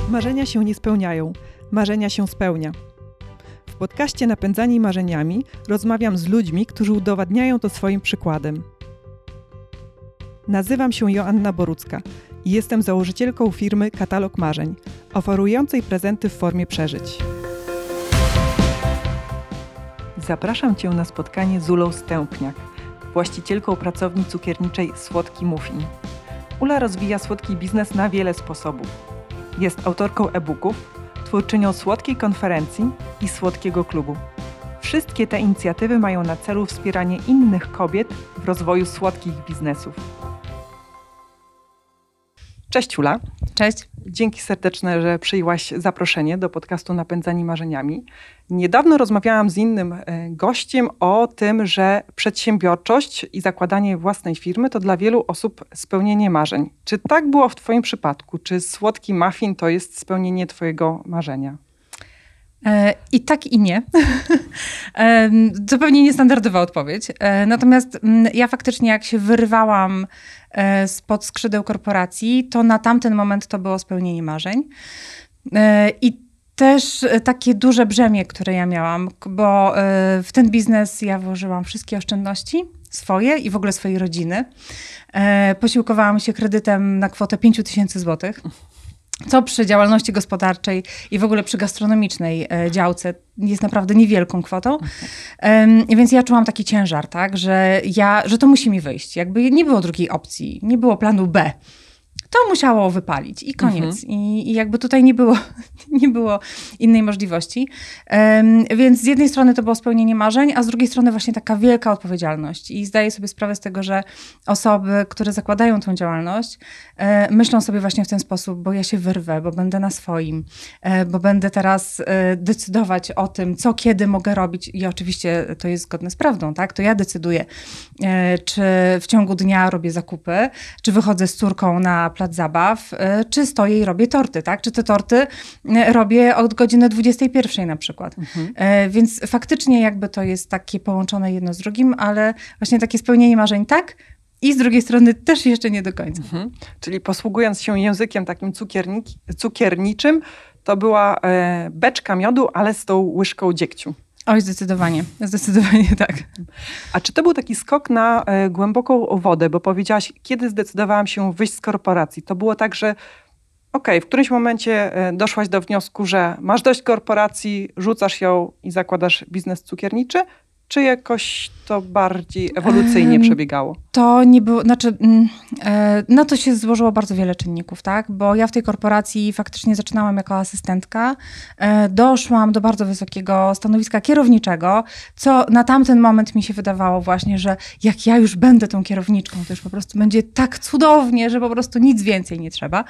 Marzenia się nie spełniają, marzenia się spełnia. W podcaście Napędzani Marzeniami rozmawiam z ludźmi, którzy udowadniają to swoim przykładem. Nazywam się Joanna Borucka i jestem założycielką firmy Katalog Marzeń, oferującej prezenty w formie przeżyć. Zapraszam Cię na spotkanie z Ulą Stępniak, właścicielką pracowni cukierniczej Słodki Muffin. Ula rozwija słodki biznes na wiele sposobów. Jest autorką e-booków, twórczynią Słodkiej Konferencji i Słodkiego Klubu. Wszystkie te inicjatywy mają na celu wspieranie innych kobiet w rozwoju słodkich biznesów. Cześć Ula. Cześć. Dzięki serdeczne, że przyjęłaś zaproszenie do podcastu Napędzani Marzeniami. Niedawno rozmawiałam z innym gościem o tym, że przedsiębiorczość i zakładanie własnej firmy to dla wielu osób spełnienie marzeń. Czy tak było w Twoim przypadku? Czy słodki muffin to jest spełnienie Twojego marzenia? I tak, i nie. Zupełnie niestandardowa odpowiedź. Natomiast ja faktycznie jak się wyrywałam spod skrzydeł korporacji, to na tamten moment to było spełnienie marzeń. I też takie duże brzemię, które ja miałam, bo w ten biznes ja włożyłam wszystkie oszczędności swoje i w ogóle swojej rodziny. Posiłkowałam się kredytem na kwotę 5000 złotych. Co przy działalności gospodarczej i w ogóle przy gastronomicznej działce jest naprawdę niewielką kwotą. Więc ja czułam taki ciężar, tak, że to musi mi wyjść. Jakby nie było drugiej opcji, nie było planu B. To musiało wypalić i koniec. I jakby tutaj nie było innej możliwości. Więc z jednej strony to było spełnienie marzeń, a z drugiej strony właśnie taka wielka odpowiedzialność. I zdaję sobie sprawę z tego, że osoby, które zakładają tą działalność, myślą sobie właśnie w ten sposób, bo ja się wyrwę, bo będę na swoim, bo będę teraz decydować o tym, co kiedy mogę robić. I oczywiście to jest zgodne z prawdą, tak? To ja decyduję, czy w ciągu dnia robię zakupy, czy wychodzę z córką na plac zabaw, czy stoję i robię torty, tak? Czy te torty robię od godziny 21 na przykład. Więc faktycznie jakby to jest takie połączone jedno z drugim, ale właśnie takie spełnienie marzeń tak i z drugiej strony też jeszcze nie do końca. Czyli posługując się językiem takim cukierniczym, to była beczka miodu, ale z tą łyżką dziegciu. Oj, zdecydowanie tak. A czy to był taki skok na głęboką wodę? Bo powiedziałaś, kiedy zdecydowałam się wyjść z korporacji. To było tak, że w którymś momencie doszłaś do wniosku, że masz dość korporacji, rzucasz ją i zakładasz biznes cukierniczy? Czy jakoś to bardziej ewolucyjnie przebiegało? To nie było, na to się złożyło bardzo wiele czynników, tak? Bo ja w tej korporacji faktycznie zaczynałam jako asystentka, doszłam do bardzo wysokiego stanowiska kierowniczego, co na tamten moment mi się wydawało właśnie, że jak ja już będę tą kierowniczką, to już po prostu będzie tak cudownie, że po prostu nic więcej nie trzeba.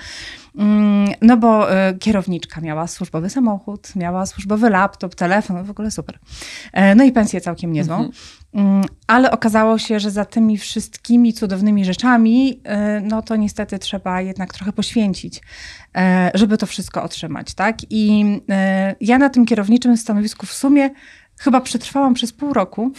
No bo kierowniczka miała służbowy samochód, miała służbowy laptop, telefon, w ogóle super. No i pensję całkiem niezłą. Ale okazało się, że za tymi wszystkimi cudownymi rzeczami, no to niestety trzeba jednak trochę poświęcić, żeby to wszystko otrzymać, tak? I ja na tym kierowniczym stanowisku w sumie chyba przetrwałam przez pół roku.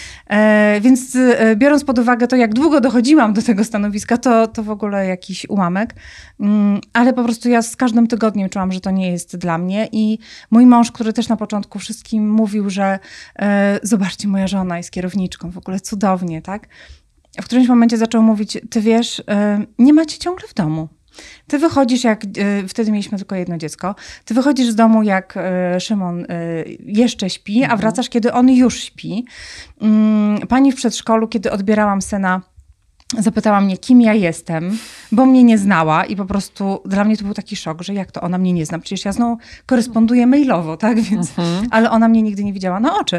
Więc biorąc pod uwagę to, jak długo dochodziłam do tego stanowiska, to w ogóle jakiś ułamek. Ale po prostu ja z każdym tygodniem czułam, że to nie jest dla mnie. I mój mąż, który też na początku wszystkim mówił, że zobaczcie, moja żona jest kierowniczką, w ogóle cudownie, tak? W którymś momencie zaczął mówić, ty wiesz, nie macie ciągle w domu. Ty wychodzisz, wtedy mieliśmy tylko jedno dziecko, ty wychodzisz z domu, jak Szymon jeszcze śpi, a wracasz, kiedy on już śpi. Pani w przedszkolu, kiedy odbierałam syna, zapytała mnie, kim ja jestem, bo mnie nie znała i po prostu dla mnie to był taki szok, że jak to ona mnie nie zna? Przecież ja z nią koresponduję mailowo, tak? Więc, ale ona mnie nigdy nie widziała na oczy.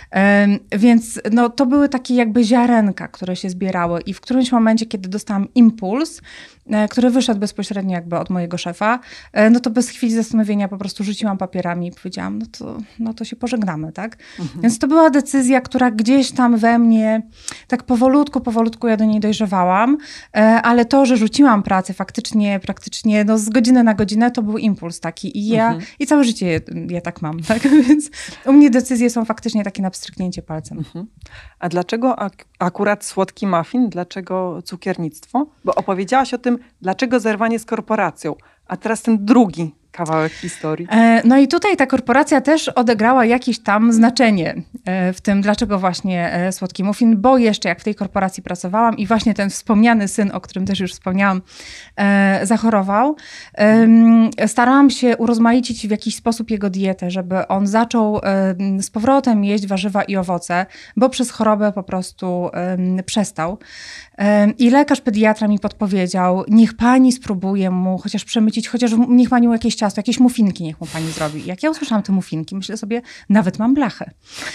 Więc no, to były takie jakby ziarenka, które się zbierały i w którymś momencie, kiedy dostałam impuls, który wyszedł bezpośrednio jakby od mojego szefa, no to bez chwili zastanowienia po prostu rzuciłam papierami i powiedziałam, no to się pożegnamy, tak? Więc to była decyzja, która gdzieś tam we mnie tak powolutku ja do niej dojrzewałam, ale to, że rzuciłam pracę praktycznie no z godziny na godzinę, to był impuls taki i całe życie ja tak mam, tak? Więc u mnie decyzje są faktycznie takie na pstryknięcie palcem. A dlaczego akurat słodki muffin? Dlaczego cukiernictwo? Bo opowiedziałaś o tym, dlaczego zerwanie z korporacją, a teraz ten drugi kawałek historii. No i tutaj ta korporacja też odegrała jakieś tam znaczenie w tym, dlaczego właśnie słodki muffin, bo jeszcze jak w tej korporacji pracowałam i właśnie ten wspomniany syn, o którym też już wspomniałam, zachorował, starałam się urozmaicić w jakiś sposób jego dietę, żeby on zaczął z powrotem jeść warzywa i owoce, bo przez chorobę po prostu przestał. I lekarz pediatra mi podpowiedział, niech pani spróbuje mu chociaż przemycić, chociaż niech pani mu jakieś ciasto, jakieś muffinki niech mu pani zrobi. Jak ja usłyszałam te muffinki, myślę sobie, nawet mam blachę.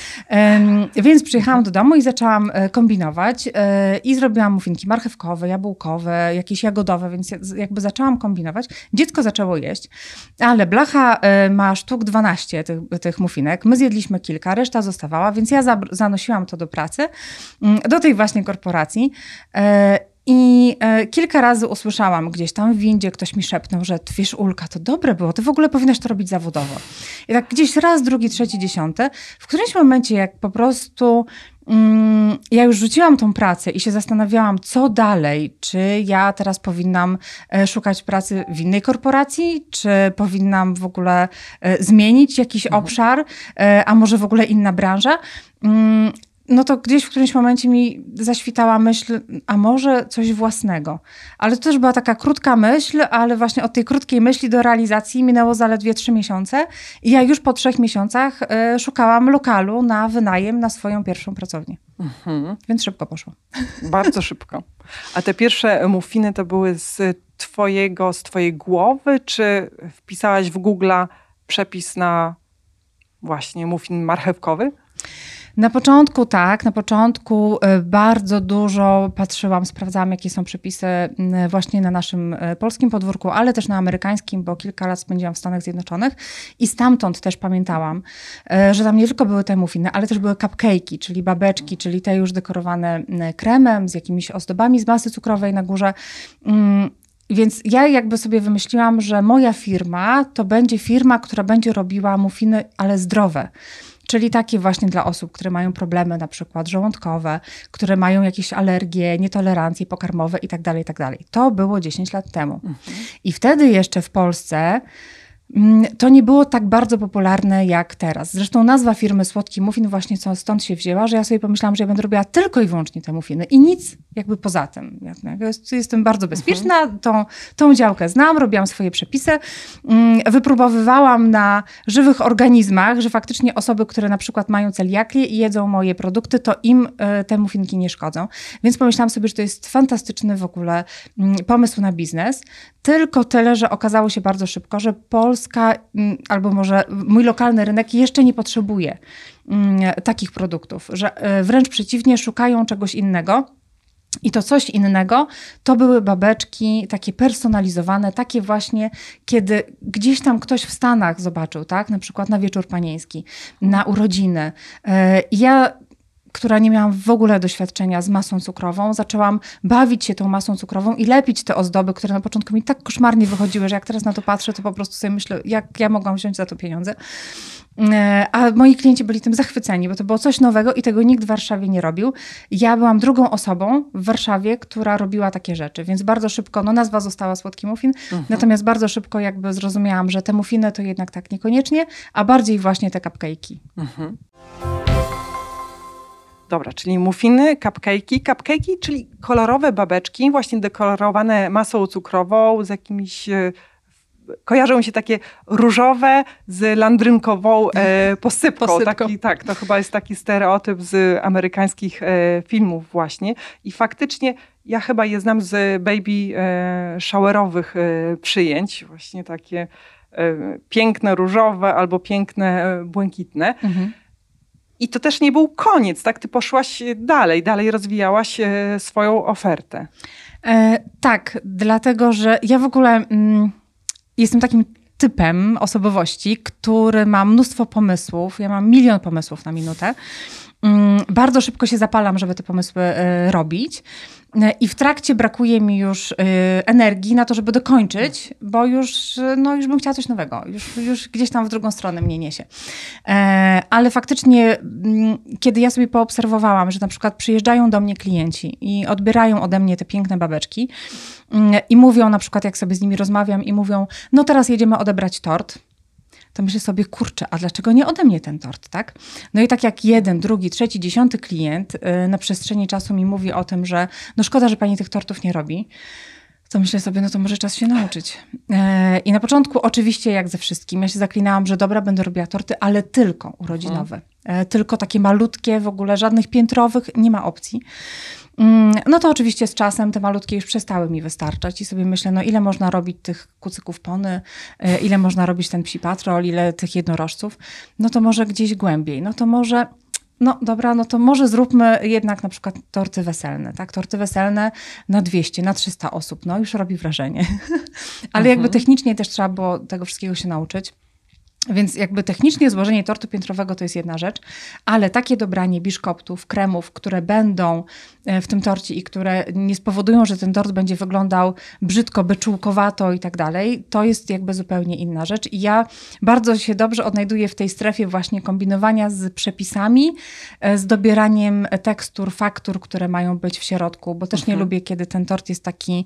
Więc przyjechałam do domu i zaczęłam kombinować i zrobiłam muffinki marchewkowe, jabłkowe, jakieś jagodowe, więc jakby zaczęłam kombinować. Dziecko zaczęło jeść, ale blacha ma sztuk 12 tych muffinek. My zjedliśmy kilka, reszta zostawała, więc ja zanosiłam to do pracy, do tej właśnie korporacji. I kilka razy usłyszałam gdzieś tam w windzie, ktoś mi szepnął, że wiesz, Ulka, to dobre było, ty w ogóle powinnaś to robić zawodowo. I tak gdzieś raz, drugi, trzeci, dziesiąty. W którymś momencie, jak po prostu ja już rzuciłam tą pracę i się zastanawiałam, co dalej, czy ja teraz powinnam szukać pracy w innej korporacji, czy powinnam w ogóle zmienić jakiś obszar, a może w ogóle inna branża. No to gdzieś w którymś momencie mi zaświtała myśl, a może coś własnego. Ale to też była taka krótka myśl, ale właśnie od tej krótkiej myśli do realizacji minęło zaledwie 3 miesiące. I ja już po 3 miesiącach szukałam lokalu na wynajem na swoją pierwszą pracownię. Więc szybko poszło. Bardzo szybko. A te pierwsze muffiny to były z twojej głowy, czy wpisałaś w Google'a przepis na właśnie muffin marchewkowy? Na początku tak, na początku bardzo dużo patrzyłam, sprawdzałam, jakie są przepisy właśnie na naszym polskim podwórku, ale też na amerykańskim, bo kilka lat spędziłam w Stanach Zjednoczonych i stamtąd też pamiętałam, że tam nie tylko były te muffiny, ale też były cupcake'i, czyli babeczki, czyli te już dekorowane kremem z jakimiś ozdobami z masy cukrowej na górze. Więc ja jakby sobie wymyśliłam, że moja firma to będzie firma, która będzie robiła muffiny, ale zdrowe. Czyli takie właśnie dla osób, które mają problemy na przykład żołądkowe, które mają jakieś alergie, nietolerancje pokarmowe itd., itd. To było 10 lat temu. I wtedy jeszcze w Polsce to nie było tak bardzo popularne jak teraz. Zresztą nazwa firmy Słodki Muffin właśnie stąd się wzięła, że ja sobie pomyślałam, że ja będę robiła tylko i wyłącznie te muffiny i nic jakby poza tym. Ja jestem bardzo bezpieczna, tą działkę znam, robiłam swoje przepisy, wypróbowywałam na żywych organizmach, że faktycznie osoby, które na przykład mają celiakię i jedzą moje produkty, to im te muffinki nie szkodzą. Więc pomyślałam sobie, że to jest fantastyczny w ogóle pomysł na biznes. Tylko tyle, że okazało się bardzo szybko, że Polska, albo może mój lokalny rynek jeszcze nie potrzebuje takich produktów, że wręcz przeciwnie, szukają czegoś innego. I to coś innego to były babeczki takie personalizowane, takie właśnie, kiedy gdzieś tam ktoś w Stanach zobaczył, tak? Na przykład na wieczór panieński, na urodziny. Ja, która nie miałam w ogóle doświadczenia z masą cukrową, zaczęłam bawić się tą masą cukrową i lepić te ozdoby, które na początku mi tak koszmarnie wychodziły, że jak teraz na to patrzę, to po prostu sobie myślę, jak ja mogłam wziąć za to pieniądze. A moi klienci byli tym zachwyceni, bo to było coś nowego i tego nikt w Warszawie nie robił. Ja byłam drugą osobą w Warszawie, która robiła takie rzeczy, więc bardzo szybko, nazwa została Słodki Muffin, natomiast bardzo szybko jakby zrozumiałam, że te muffiny to jednak tak niekoniecznie, a bardziej właśnie te cupcake'i. Dobra, czyli muffiny, cupcake'i, czyli kolorowe babeczki, właśnie dekorowane masą cukrową z jakimiś... Kojarzą mi się takie różowe z landrynkową posypką. Tak, to chyba jest taki stereotyp z amerykańskich filmów właśnie. I faktycznie ja chyba je znam z baby showerowych przyjęć. Właśnie takie piękne różowe albo piękne błękitne. I to też nie był koniec, tak? Ty poszłaś dalej rozwijałaś swoją ofertę. Tak, dlatego, że ja w ogóle jestem takim typem osobowości, który ma mnóstwo pomysłów. Ja mam 1 000 000 pomysłów na minutę. Bardzo szybko się zapalam, żeby te pomysły robić. I w trakcie brakuje mi już energii na to, żeby dokończyć, bo już bym chciała coś nowego. Już gdzieś tam w drugą stronę mnie niesie. Ale faktycznie, kiedy ja sobie poobserwowałam, że na przykład przyjeżdżają do mnie klienci i odbierają ode mnie te piękne babeczki i mówią na przykład, jak sobie z nimi rozmawiam i mówią, no teraz jedziemy odebrać tort. To myślę sobie, kurczę, a dlaczego nie ode mnie ten tort, tak? No i tak jak 1, 2, 3, 10 klient na przestrzeni czasu mi mówi o tym, że no szkoda, że pani tych tortów nie robi, to myślę sobie, no to może czas się nauczyć. I na początku oczywiście jak ze wszystkim, ja się zaklinałam, że dobra, będę robiła torty, ale tylko urodzinowe. Tylko takie malutkie, w ogóle żadnych piętrowych, nie ma opcji. No to oczywiście z czasem te malutkie już przestały mi wystarczać i sobie myślę, no ile można robić tych kucyków pony, ile można robić ten psi patrol, ile tych jednorożców, no to może gdzieś głębiej, no to może... No dobra, no to może zróbmy jednak na przykład torty weselne, tak? Torty weselne na 200, na 300 osób, no już robi wrażenie. Ale jakby technicznie też trzeba było tego wszystkiego się nauczyć. Więc jakby technicznie złożenie tortu piętrowego to jest jedna rzecz, ale takie dobranie biszkoptów, kremów, które będą w tym torcie i które nie spowodują, że ten tort będzie wyglądał brzydko, beczułkowato i tak dalej, to jest jakby zupełnie inna rzecz. I ja bardzo się dobrze odnajduję w tej strefie właśnie kombinowania z przepisami, z dobieraniem tekstur, faktur, które mają być w środku, bo też nie lubię, kiedy ten tort jest taki...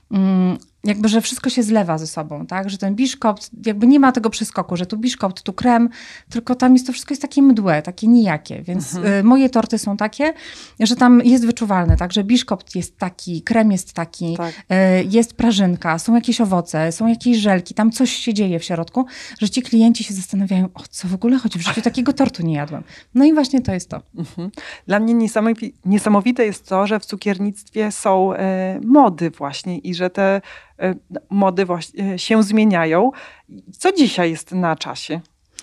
jakby, że wszystko się zlewa ze sobą, tak? Że ten biszkopt, jakby nie ma tego przeskoku, że tu biszkopt, tu krem, tylko tam jest to wszystko jest takie mdłe, takie nijakie. Więc moje torty są takie, że tam jest wyczuwalne, tak? Że biszkopt jest taki, krem jest taki, jest prażynka, są jakieś owoce, są jakieś żelki, tam coś się dzieje w środku, że ci klienci się zastanawiają, o co w ogóle chodzi, w życiu takiego tortu nie jadłem. No i właśnie to jest to. Dla mnie niesamowite jest to, że w cukiernictwie są mody właśnie i że te mody właśnie się zmieniają. Co dzisiaj jest na czasie?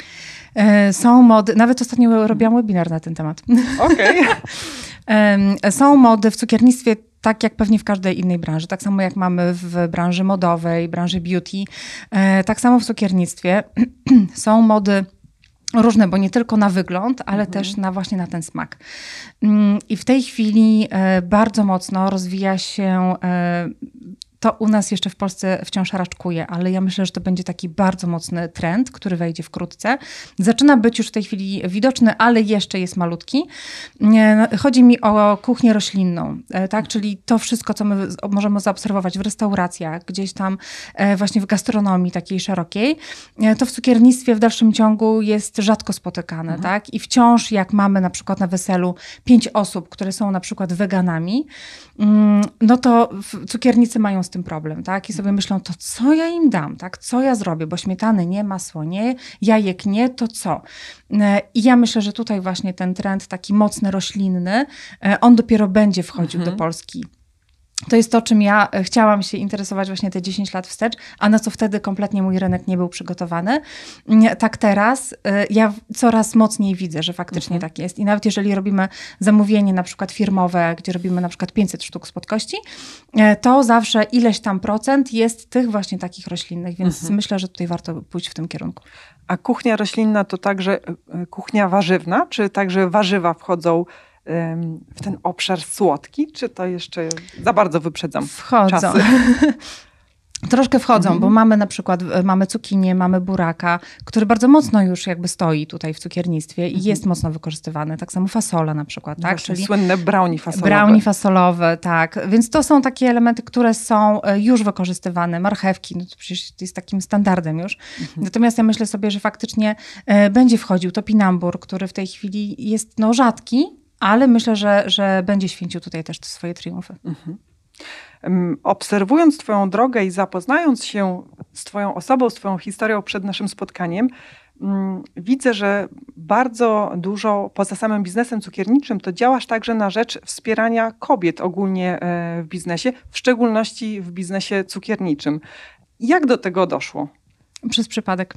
Są mody, nawet ostatnio robiłam webinar na ten temat. Okej. Są mody w cukiernictwie tak jak pewnie w każdej innej branży. Tak samo jak mamy w branży modowej, branży beauty. Tak samo w cukiernictwie są mody różne, bo nie tylko na wygląd, ale też właśnie na ten smak. I w tej chwili bardzo mocno rozwija się... To u nas jeszcze w Polsce wciąż raczkuje, ale ja myślę, że to będzie taki bardzo mocny trend, który wejdzie wkrótce. Zaczyna być już w tej chwili widoczny, ale jeszcze jest malutki. Chodzi mi o kuchnię roślinną, tak? Czyli to wszystko, co my możemy zaobserwować w restauracjach, gdzieś tam właśnie w gastronomii takiej szerokiej, to w cukiernictwie w dalszym ciągu jest rzadko spotykane, tak? I wciąż jak mamy na przykład na weselu 5 osób, które są na przykład weganami, no to cukiernicy mają z tym problem, tak? I sobie myślą, to co ja im dam, tak? Co ja zrobię? Bo śmietany nie, masło nie, jajek nie, to co? I ja myślę, że tutaj właśnie ten trend taki mocny, roślinny, on dopiero będzie wchodził do Polski. To jest to, czym ja chciałam się interesować właśnie te 10 lat wstecz, a na co wtedy kompletnie mój rynek nie był przygotowany. Tak teraz ja coraz mocniej widzę, że faktycznie tak jest. I nawet jeżeli robimy zamówienie na przykład firmowe, gdzie robimy na przykład 500 sztuk spod-kości, to zawsze ileś tam procent jest tych właśnie takich roślinnych, więc myślę, że tutaj warto pójść w tym kierunku. A kuchnia roślinna to także kuchnia warzywna, czy także warzywa wchodzą w ten obszar słodki, czy to jeszcze za bardzo wyprzedzam czasy? Troszkę wchodzą, bo mamy na przykład, mamy cukinię, mamy buraka, który bardzo mocno już jakby stoi tutaj w cukiernictwie i jest mocno wykorzystywany. Tak samo fasola na przykład, tak? Czyli słynne brownie fasolowe. Brownie fasolowe, tak. Więc to są takie elementy, które są już wykorzystywane. Marchewki, no to przecież jest takim standardem już. Natomiast ja myślę sobie, że faktycznie będzie wchodził topinambur, który w tej chwili jest rzadki, ale myślę, że będzie święcił tutaj też swoje triumfy. Obserwując twoją drogę i zapoznając się z twoją osobą, z twoją historią przed naszym spotkaniem, widzę, że bardzo dużo poza samym biznesem cukierniczym to działasz także na rzecz wspierania kobiet ogólnie w biznesie, w szczególności w biznesie cukierniczym. Jak do tego doszło? Przez przypadek.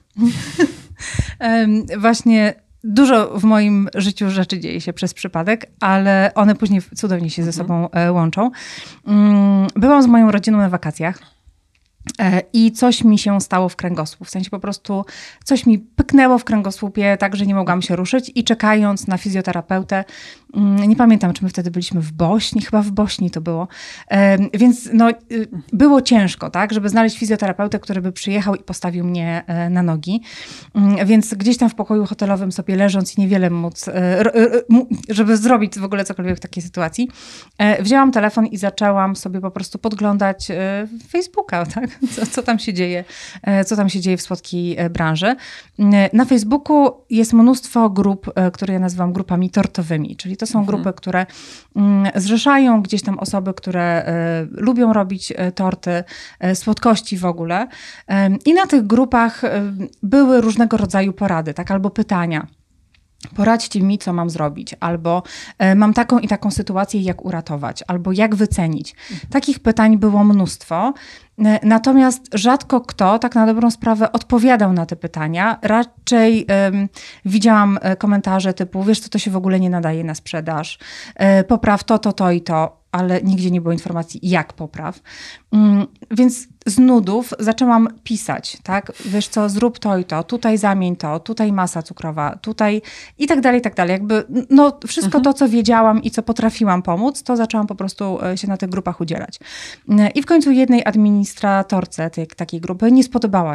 Właśnie dużo w moim życiu rzeczy dzieje się przez przypadek, ale one później cudownie się ze sobą łączą. Byłam z moją rodziną na wakacjach i coś mi się stało w kręgosłup. W sensie po prostu coś mi pyknęło w kręgosłupie, tak, że nie mogłam się ruszyć i czekając na fizjoterapeutę Nie pamiętam, czy my wtedy byliśmy w Bośni, chyba w Bośni to było. Więc no, było ciężko, tak, żeby znaleźć fizjoterapeutę, który by przyjechał i postawił mnie na nogi. Więc gdzieś tam w pokoju hotelowym sobie leżąc i niewiele móc, żeby zrobić w ogóle cokolwiek w takiej sytuacji, wzięłam telefon i zaczęłam sobie po prostu podglądać Facebooka, tak? Co tam się dzieje, w słodkiej branży. Na Facebooku jest mnóstwo grup, które ja nazywam grupami tortowymi, czyli to są grupy, które zrzeszają gdzieś tam osoby, które lubią robić torty, słodkości w ogóle. I na tych grupach były różnego rodzaju porady, tak, albo pytania. Poradźcie mi, co mam zrobić, albo mam taką i taką sytuację, jak uratować, albo jak wycenić. Takich pytań było mnóstwo, natomiast rzadko kto tak na dobrą sprawę odpowiadał na te pytania. Raczej widziałam komentarze typu, wiesz co, to się w ogóle nie nadaje na sprzedaż, popraw to i to, ale nigdzie nie było informacji, jak popraw. Więc z nudów zaczęłam pisać, tak? Wiesz co, zrób to i to, tutaj zamień to, tutaj masa cukrowa, tutaj i tak dalej, i tak dalej. Jakby no, wszystko to, co wiedziałam i co potrafiłam pomóc, to zaczęłam po prostu się na tych grupach udzielać. I w końcu jednej administratorce takiej grupy nie spodobało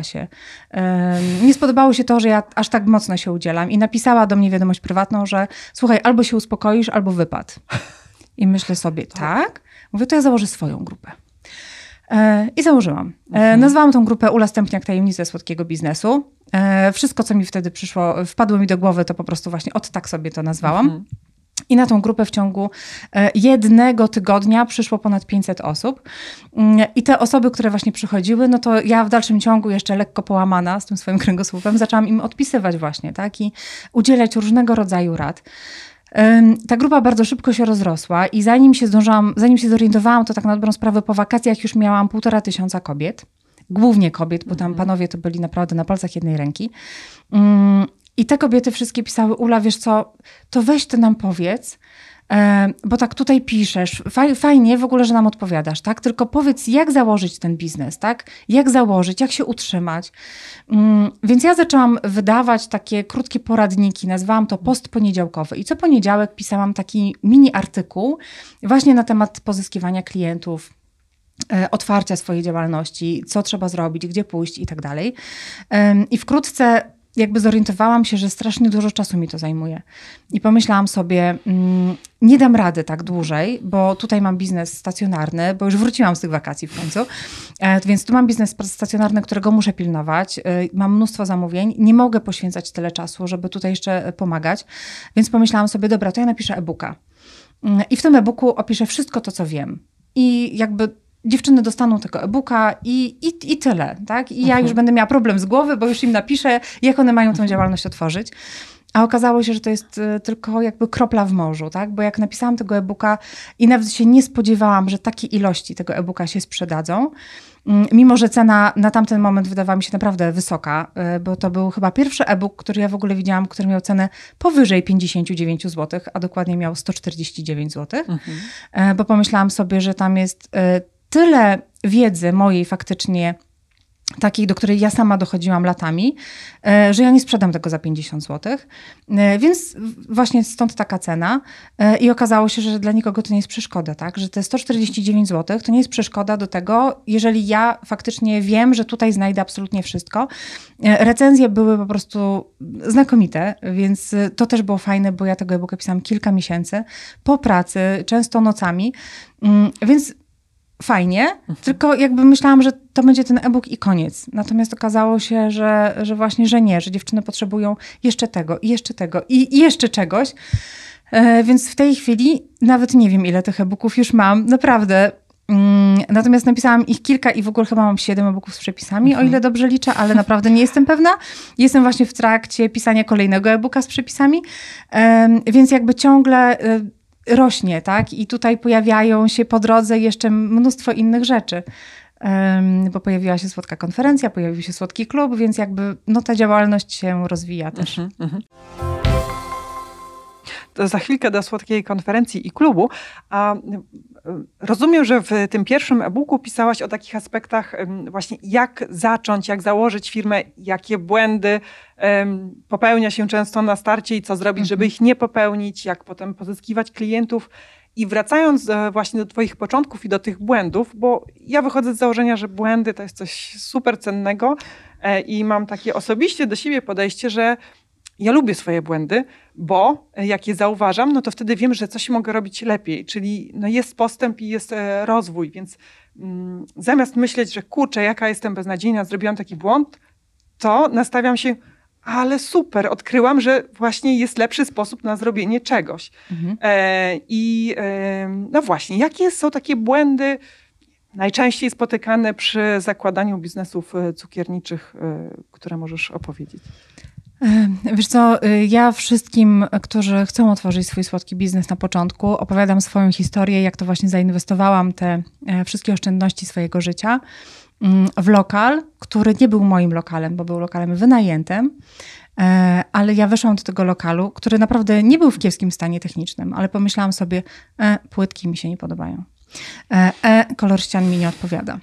się to, że ja aż tak mocno się udzielam i napisała do mnie wiadomość prywatną, że słuchaj, albo się uspokoisz, albo wypad. I myślę sobie, tak? Mówię, to ja założę swoją grupę. I założyłam. Nazwałam tą grupę Ula Stępniak, tajemnice słodkiego biznesu. Wszystko, co mi wtedy wpadło mi do głowy, to po prostu właśnie tak sobie to nazwałam. I na tą grupę w ciągu jednego tygodnia przyszło ponad 500 osób. I te osoby, które właśnie przychodziły, no to ja w dalszym ciągu jeszcze lekko połamana z tym swoim kręgosłupem, zaczęłam im odpisywać właśnie, tak? I udzielać różnego rodzaju rad. Ta grupa bardzo szybko się rozrosła i zanim się zorientowałam, to tak na dobrą sprawę po wakacjach już miałam 1500 kobiet. Głównie kobiet, bo tam panowie to byli naprawdę na palcach jednej ręki. I te kobiety wszystkie pisały, Ula, wiesz co, to weź ty nam powiedz, bo tak tutaj piszesz, fajnie w ogóle, że nam odpowiadasz, tak? Tylko powiedz, jak założyć ten biznes, tak? Jak założyć, jak się utrzymać. Więc ja zaczęłam wydawać takie krótkie poradniki, nazwałam to post poniedziałkowy. I co poniedziałek pisałam taki mini artykuł właśnie na temat pozyskiwania klientów, otwarcia swojej działalności, co trzeba zrobić, gdzie pójść i tak dalej. I wkrótce jakby zorientowałam się, że strasznie dużo czasu mi to zajmuje. I pomyślałam sobie, nie dam rady tak dłużej, bo tutaj mam biznes stacjonarny, bo już wróciłam z tych wakacji w końcu, więc tu mam biznes stacjonarny, którego muszę pilnować. Mam mnóstwo zamówień, nie mogę poświęcać tyle czasu, żeby tutaj jeszcze pomagać. Więc pomyślałam sobie, dobra, to ja napiszę e-booka. I w tym e-booku opiszę wszystko to, co wiem. I jakby dziewczyny dostaną tego e-booka i tyle, tak? I ja już będę miała problem z głowy, bo już im napiszę, jak one mają tę działalność otworzyć. A okazało się, że to jest tylko jakby kropla w morzu, tak? Bo jak napisałam tego e-booka i nawet się nie spodziewałam, że takie ilości tego e-booka się sprzedadzą, mimo że cena na tamten moment wydawała mi się naprawdę wysoka, bo to był chyba pierwszy e-book, który ja w ogóle widziałam, który miał cenę powyżej 59 zł, a dokładnie miał 149 zł, bo pomyślałam sobie, że tam jest tyle wiedzy mojej faktycznie, takiej, do której ja sama dochodziłam latami, że ja nie sprzedam tego za 50 zł. Więc właśnie stąd taka cena. I okazało się, że dla nikogo to nie jest przeszkoda, tak? Że te 149 zł to nie jest przeszkoda do tego, jeżeli ja faktycznie wiem, że tutaj znajdę absolutnie wszystko. Recenzje były po prostu znakomite, więc to też było fajne, bo ja tego e-booka pisałam kilka miesięcy po pracy, często nocami. Więc fajnie, tylko jakby myślałam, że to będzie ten e-book i koniec. Natomiast okazało się, że właśnie, że nie, że dziewczyny potrzebują jeszcze tego i jeszcze czegoś. Więc w tej chwili nawet nie wiem, ile tych e-booków już mam, naprawdę. Natomiast napisałam ich kilka i w ogóle chyba mam 7 e-booków z przepisami, o ile dobrze liczę, ale naprawdę nie jestem pewna. Jestem właśnie w trakcie pisania kolejnego e-booka z przepisami, więc jakby ciągle rośnie, tak? I tutaj pojawiają się po drodze jeszcze mnóstwo innych rzeczy. Bo pojawiła się słodka konferencja, pojawił się słodki klub, więc jakby no, ta działalność się rozwija też. za chwilkę do Słodkiej Konferencji i Klubu. A rozumiem, że w tym pierwszym e-booku pisałaś o takich aspektach właśnie jak zacząć, jak założyć firmę, jakie błędy popełnia się często na starcie i co zrobić, żeby ich nie popełnić, jak potem pozyskiwać klientów. I wracając właśnie do twoich początków i do tych błędów, bo ja wychodzę z założenia, że błędy to jest coś super cennego i mam takie osobiście do siebie podejście, że ja lubię swoje błędy, bo jak je zauważam, no to wtedy wiem, że coś mogę robić lepiej, czyli no jest postęp i jest rozwój, więc zamiast myśleć, że kurczę, jaka jestem beznadziejna, zrobiłam taki błąd, to nastawiam się, ale super, odkryłam, że właśnie jest lepszy sposób na zrobienie czegoś. No właśnie, jakie są takie błędy najczęściej spotykane przy zakładaniu biznesów cukierniczych, które możesz opowiedzieć? Wiesz co, ja wszystkim, którzy chcą otworzyć swój słodki biznes na początku, opowiadam swoją historię, jak to właśnie zainwestowałam te wszystkie oszczędności swojego życia w lokal, który nie był moim lokalem, bo był lokalem wynajętym, ale ja weszłam do tego lokalu, który naprawdę nie był w kiepskim stanie technicznym, ale pomyślałam sobie, płytki mi się nie podobają. Kolor ścian mi nie odpowiada.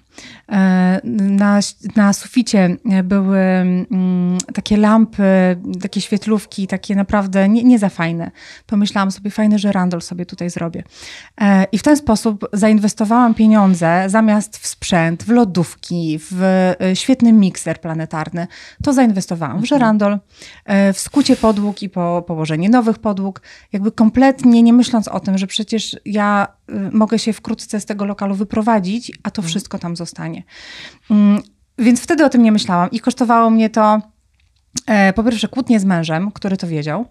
Na suficie były takie lampy, takie świetlówki, takie naprawdę nie za fajne. Pomyślałam sobie, fajny żyrandol sobie tutaj zrobię. I w ten sposób zainwestowałam pieniądze zamiast w sprzęt, w lodówki, w świetny mikser planetarny. To zainwestowałam w żyrandol, w skucie podłóg i położenie nowych podłóg. Jakby kompletnie nie myśląc o tym, że przecież ja mogę się wkrótce z tego lokalu wyprowadzić, a to wszystko tam zostanie. Więc wtedy o tym nie myślałam i kosztowało mnie to po pierwsze kłótnie z mężem, który to wiedział.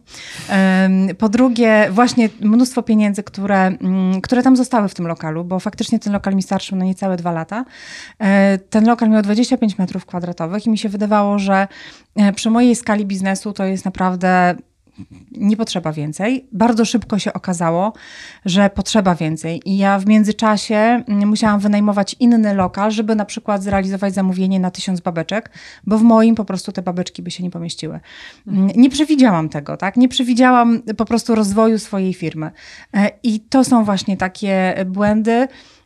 Po drugie właśnie mnóstwo pieniędzy, które tam zostały w tym lokalu, bo faktycznie ten lokal mi starczył na niecałe 2 lata. Ten lokal miał 25 metrów kwadratowych i mi się wydawało, że przy mojej skali biznesu to jest naprawdę nie potrzeba więcej. Bardzo szybko się okazało, że potrzeba więcej i ja w międzyczasie musiałam wynajmować inny lokal, żeby na przykład zrealizować zamówienie na 1000 babeczek, bo w moim po prostu te babeczki by się nie pomieściły. Nie przewidziałam tego, tak? Nie przewidziałam po prostu rozwoju swojej firmy. I to są właśnie takie błędy,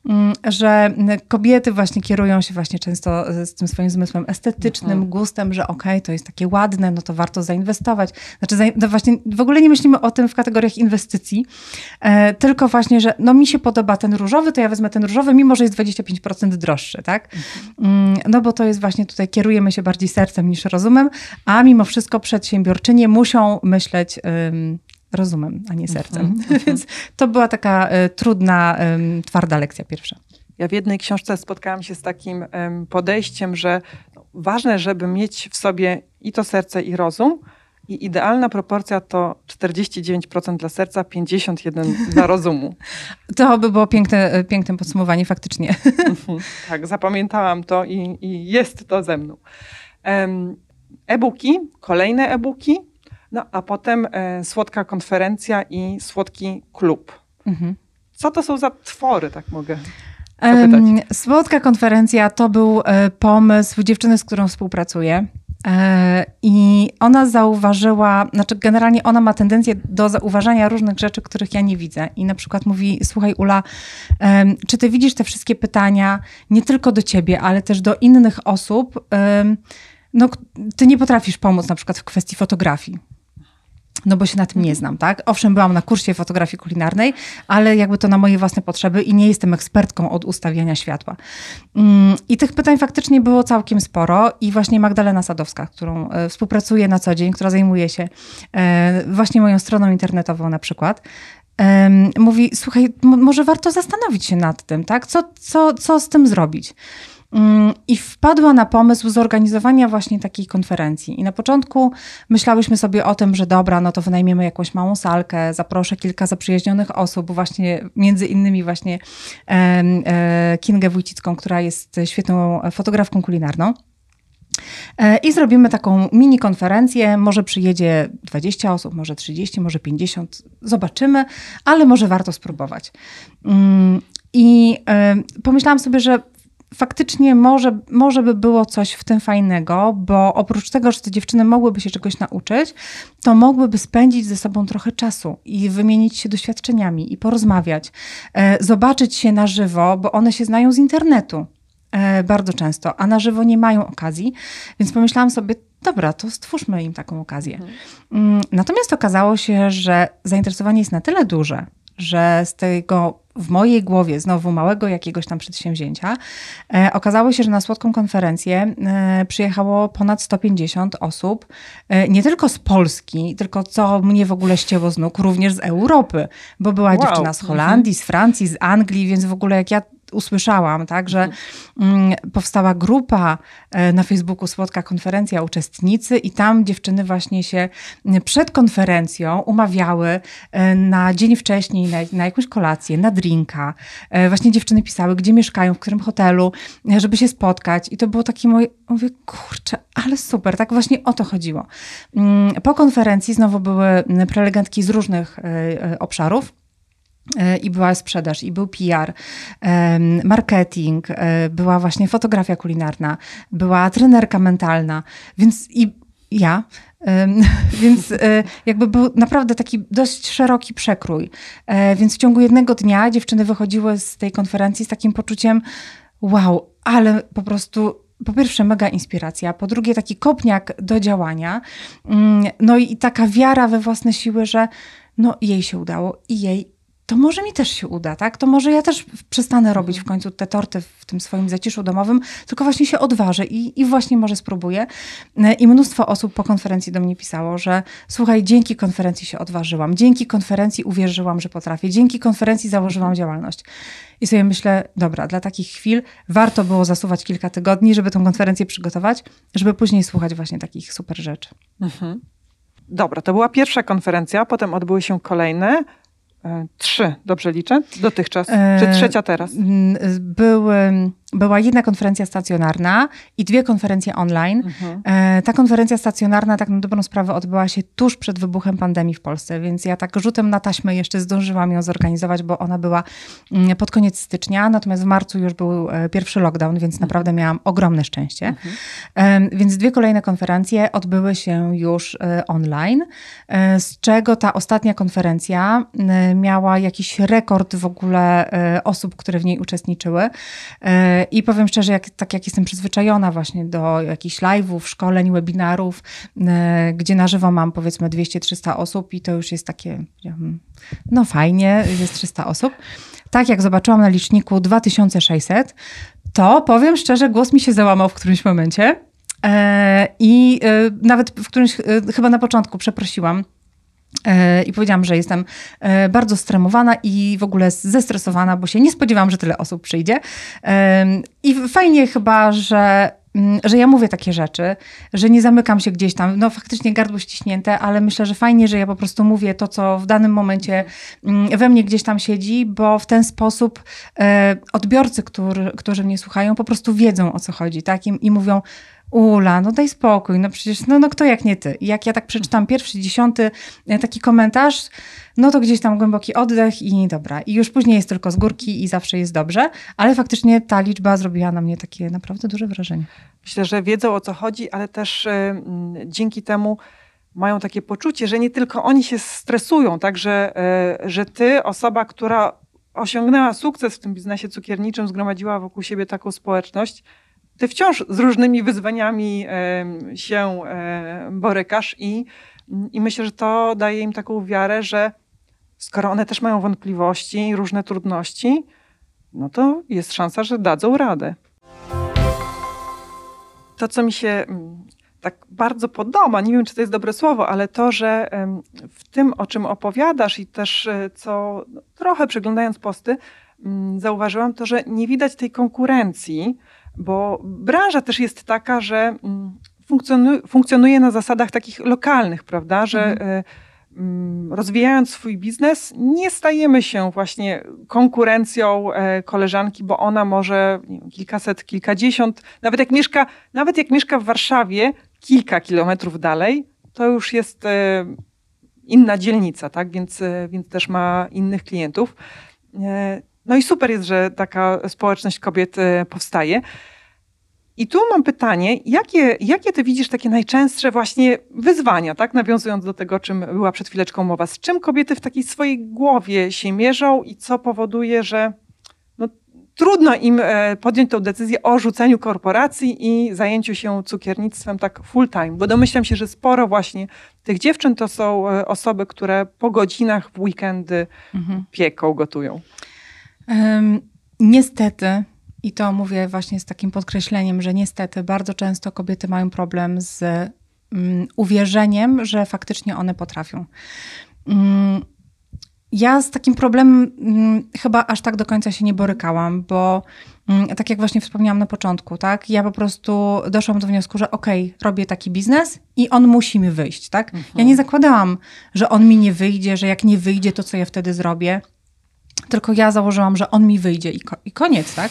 że kobiety właśnie kierują się właśnie często z tym swoim zmysłem estetycznym, gustem, że okej, to jest takie ładne, no to warto zainwestować. Znaczy no właśnie w ogóle nie myślimy o tym w kategoriach inwestycji, tylko właśnie, że no mi się podoba ten różowy, to ja wezmę ten różowy, mimo że jest 25% droższy, tak? No bo to jest właśnie tutaj, kierujemy się bardziej sercem niż rozumem, a mimo wszystko przedsiębiorczynie muszą myśleć rozumem, a nie sercem. Więc to była taka trudna, twarda lekcja pierwsza. Ja w jednej książce spotkałam się z takim podejściem, że ważne, żeby mieć w sobie i to serce, i rozum. I idealna proporcja to 49% dla serca, 51% dla rozumu. To by było piękne podsumowanie, faktycznie. Tak, zapamiętałam to i jest to ze mną. E-booki, kolejne e-booki. No, a potem Słodka Konferencja i Słodki Klub. Co to są za twory, tak mogę zapytać? Słodka Konferencja to był pomysł dziewczyny, z którą współpracuję. I ona zauważyła, znaczy generalnie ona ma tendencję do zauważania różnych rzeczy, których ja nie widzę. I na przykład mówi, słuchaj Ula, czy ty widzisz te wszystkie pytania nie tylko do ciebie, ale też do innych osób, no, ty nie potrafisz pomóc na przykład w kwestii fotografii. No bo się na tym nie znam, tak? Owszem, byłam na kursie fotografii kulinarnej, ale jakby to na moje własne potrzeby i nie jestem ekspertką od ustawiania światła. I tych pytań faktycznie było całkiem sporo i właśnie Magdalena Sadowska, którą współpracuję na co dzień, która zajmuje się właśnie moją stroną internetową na przykład, mówi, słuchaj, może warto zastanowić się nad tym, tak? Co z tym zrobić? I wpadła na pomysł zorganizowania właśnie takiej konferencji. I na początku myślałyśmy sobie o tym, że dobra, no to wynajmiemy jakąś małą salkę, zaproszę kilka zaprzyjaźnionych osób, właśnie między innymi właśnie Kingę Wójcicką, która jest świetną fotografką kulinarną. I zrobimy taką mini konferencję, może przyjedzie 20 osób, może 30, może 50, zobaczymy, ale może warto spróbować. I pomyślałam sobie, że faktycznie może by było coś w tym fajnego, bo oprócz tego, że te dziewczyny mogłyby się czegoś nauczyć, to mogłyby spędzić ze sobą trochę czasu i wymienić się doświadczeniami i porozmawiać, zobaczyć się na żywo, bo one się znają z internetu bardzo często, a na żywo nie mają okazji, więc pomyślałam sobie, dobra, to stwórzmy im taką okazję. Natomiast okazało się, że zainteresowanie jest na tyle duże, że z tego w mojej głowie znowu małego jakiegoś tam przedsięwzięcia okazało się, że na Słodką konferencję przyjechało ponad 150 osób, nie tylko z Polski, tylko co mnie w ogóle ścięło z nóg, również z Europy, bo była dziewczyna z Holandii, z Francji, z Anglii, więc w ogóle jak ja usłyszałam, tak, że powstała grupa na Facebooku Słodka Konferencja, uczestnicy i tam dziewczyny właśnie się przed konferencją umawiały na dzień wcześniej, na jakąś kolację, na drinka. Właśnie dziewczyny pisały, gdzie mieszkają, w którym hotelu, żeby się spotkać i to było takie moje, mówię, kurczę, ale super, tak właśnie o to chodziło. Po konferencji znowu były prelegentki z różnych obszarów. I była sprzedaż, i był PR, marketing, była właśnie fotografia kulinarna, była trenerka mentalna, więc i ja, więc jakby był naprawdę taki dość szeroki przekrój. Więc w ciągu jednego dnia dziewczyny wychodziły z tej konferencji z takim poczuciem, wow, ale po prostu po pierwsze mega inspiracja, po drugie taki kopniak do działania, no i taka wiara we własne siły, że no jej się udało i jej to może mi też się uda, tak? To może ja też przestanę robić w końcu te torty w tym swoim zaciszu domowym, tylko właśnie się odważę i właśnie może spróbuję. I mnóstwo osób po konferencji do mnie pisało, że słuchaj, dzięki konferencji się odważyłam, dzięki konferencji uwierzyłam, że potrafię, dzięki konferencji założyłam działalność. I sobie myślę, dobra, dla takich chwil warto było zasuwać kilka tygodni, żeby tę konferencję przygotować, żeby później słuchać właśnie takich super rzeczy. Dobra, to była pierwsza konferencja, potem odbyły się kolejne. 3, dobrze liczę? Dotychczas. Czy trzecia teraz? Była jedna konferencja stacjonarna i 2 konferencje online. Ta konferencja stacjonarna tak na dobrą sprawę odbyła się tuż przed wybuchem pandemii w Polsce, więc ja tak rzutem na taśmę jeszcze zdążyłam ją zorganizować, bo ona była pod koniec stycznia, natomiast w marcu już był pierwszy lockdown, więc naprawdę miałam ogromne szczęście. Więc 2 kolejne konferencje odbyły się już online, z czego ta ostatnia konferencja miała jakiś rekord w ogóle osób, które w niej uczestniczyły. I powiem szczerze, tak jak jestem przyzwyczajona właśnie do jakichś live'ów, szkoleń, webinarów, gdzie na żywo mam powiedzmy 200-300 osób i to już jest takie, no fajnie, jest 300 osób. Tak jak zobaczyłam na liczniku 2600, to powiem szczerze, głos mi się załamał w którymś momencie i nawet w którymś, chyba na początku przeprosiłam, i powiedziałam, że jestem bardzo stremowana i w ogóle zestresowana, bo się nie spodziewałam, że tyle osób przyjdzie. I fajnie chyba, że ja mówię takie rzeczy, że nie zamykam się gdzieś tam, no faktycznie gardło ściśnięte, ale myślę, że fajnie, że ja po prostu mówię to, co w danym momencie we mnie gdzieś tam siedzi, bo w ten sposób odbiorcy, którzy mnie słuchają, po prostu wiedzą, o co chodzi, tak? I mówią, Ula, no daj spokój, no przecież, no kto jak nie ty. I jak ja tak przeczytam pierwszy, 10 taki komentarz, no to gdzieś tam głęboki oddech i dobra. I już później jest tylko z górki i zawsze jest dobrze, ale faktycznie ta liczba zrobiła na mnie takie naprawdę duże wrażenie. Myślę, że wiedzą, o co chodzi, ale też dzięki temu mają takie poczucie, że nie tylko oni się stresują, tak, że ty, osoba, która osiągnęła sukces w tym biznesie cukierniczym, zgromadziła wokół siebie taką społeczność, ty wciąż z różnymi wyzwaniami się borykasz i myślę, że to daje im taką wiarę, że skoro one też mają wątpliwości i różne trudności, no to jest szansa, że dadzą radę. To, co mi się tak bardzo podoba, nie wiem, czy to jest dobre słowo, ale to, że w tym, o czym opowiadasz i też co trochę przeglądając posty, zauważyłam to, że nie widać tej konkurencji, bo branża też jest taka, że funkcjonuje na zasadach takich lokalnych, prawda, że rozwijając swój biznes nie stajemy się właśnie konkurencją koleżanki, bo ona może nie wiem, kilkaset, kilkadziesiąt, nawet jak mieszka w Warszawie kilka kilometrów dalej, to już jest inna dzielnica, tak, więc też ma innych klientów. No i super jest, że taka społeczność kobiet powstaje. I tu mam pytanie, jakie ty widzisz takie najczęstsze właśnie wyzwania, tak? Nawiązując do tego, o czym była przed chwileczką mowa. Z czym kobiety w takiej swojej głowie się mierzą i co powoduje, że no, trudno im podjąć tę decyzję o rzuceniu korporacji i zajęciu się cukiernictwem tak full time? Bo domyślam się, że sporo właśnie tych dziewczyn to są osoby, które po godzinach w weekendy pieką, gotują. Niestety, i to mówię właśnie z takim podkreśleniem, że niestety bardzo często kobiety mają problem z uwierzeniem, że faktycznie one potrafią. Ja z takim problemem chyba aż tak do końca się nie borykałam, bo tak jak właśnie wspomniałam na początku, tak, ja po prostu doszłam do wniosku, że robię taki biznes i on musi mi wyjść, tak. Ja nie zakładałam, że on mi nie wyjdzie, że jak nie wyjdzie, to co ja wtedy zrobię, tylko ja założyłam, że on mi wyjdzie i koniec, tak.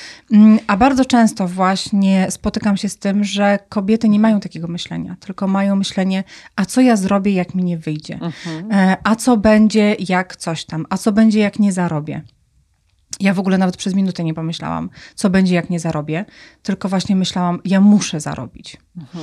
A bardzo często właśnie spotykam się z tym, że kobiety nie mają takiego myślenia, tylko mają myślenie, a co ja zrobię, jak mi nie wyjdzie? A co będzie, jak coś tam? A co będzie, jak nie zarobię? Ja w ogóle nawet przez minutę nie pomyślałam, co będzie, jak nie zarobię, tylko właśnie myślałam, ja muszę zarobić.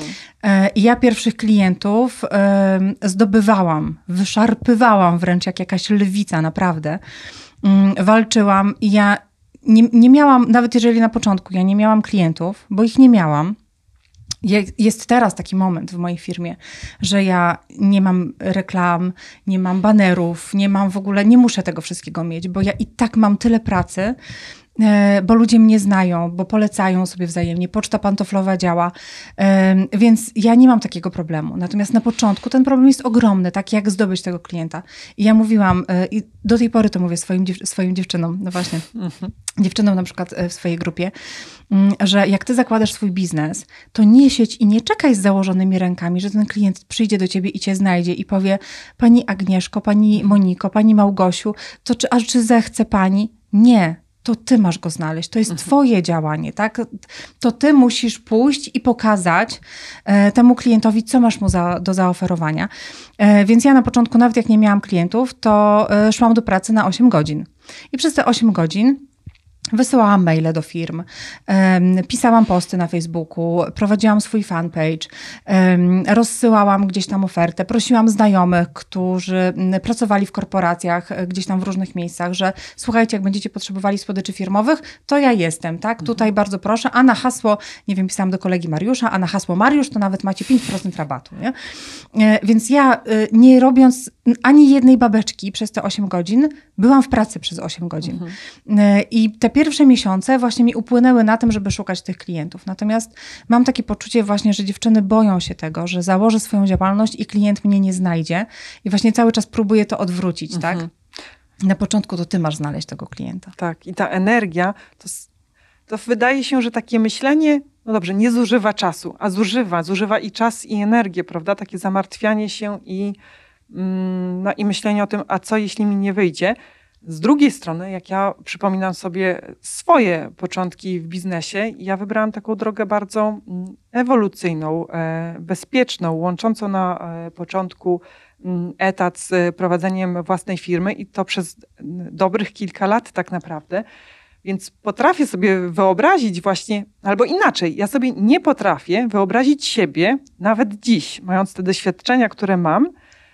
I ja pierwszych klientów zdobywałam, wyszarpywałam wręcz jak jakaś lwica, naprawdę. Walczyłam i ja nie miałam, nawet jeżeli na początku ja nie miałam klientów, bo ich nie miałam. Jest teraz taki moment w mojej firmie, że ja nie mam reklam, nie mam banerów, nie mam w ogóle, nie muszę tego wszystkiego mieć, bo ja i tak mam tyle pracy, bo ludzie mnie znają, bo polecają sobie wzajemnie, poczta pantoflowa działa, więc ja nie mam takiego problemu. Natomiast na początku ten problem jest ogromny, tak jak zdobyć tego klienta. I ja mówiłam, i do tej pory to mówię swoim dziewczynom, no właśnie, dziewczynom na przykład w swojej grupie, że jak ty zakładasz swój biznes, to nie siedź i nie czekaj z założonymi rękami, że ten klient przyjdzie do ciebie i cię znajdzie i powie, pani Agnieszko, pani Moniko, pani Małgosiu, to czy zechce pani? Nie. To ty masz go znaleźć, to jest twoje działanie, tak? To ty musisz pójść i pokazać temu klientowi, co masz mu do zaoferowania. Więc ja na początku, nawet jak nie miałam klientów, to szłam do pracy na 8 godzin. I przez te 8 godzin wysyłałam maile do firm, pisałam posty na Facebooku, prowadziłam swój fanpage, rozsyłałam gdzieś tam ofertę, prosiłam znajomych, którzy pracowali w korporacjach gdzieś tam w różnych miejscach, że słuchajcie, jak będziecie potrzebowali słodyczy firmowych, to ja jestem, tak? Tutaj bardzo proszę, a na hasło, nie wiem, pisałam do kolegi Mariusza, a na hasło Mariusz to nawet macie 5% rabatu, nie? Więc ja nie robiąc ani jednej babeczki przez te 8 godzin, byłam w pracy przez 8 godzin. I te pierwsze miesiące właśnie mi upłynęły na tym, żeby szukać tych klientów. Natomiast mam takie poczucie właśnie, że dziewczyny boją się tego, że założę swoją działalność i klient mnie nie znajdzie. I właśnie cały czas próbuję to odwrócić, tak? Na początku to ty masz znaleźć tego klienta. Tak, i ta energia, to wydaje się, że takie myślenie, no dobrze, nie zużywa czasu, a zużywa i czas, i energię, prawda? Takie zamartwianie się i myślenie o tym, a co jeśli mi nie wyjdzie. Z drugiej strony, jak ja przypominam sobie swoje początki w biznesie, ja wybrałam taką drogę bardzo ewolucyjną, bezpieczną, łączącą na początku etat z prowadzeniem własnej firmy i to przez dobrych kilka lat tak naprawdę. Więc potrafię sobie wyobrazić właśnie, albo inaczej, ja sobie nie potrafię wyobrazić siebie, nawet dziś, mając te doświadczenia, które mam,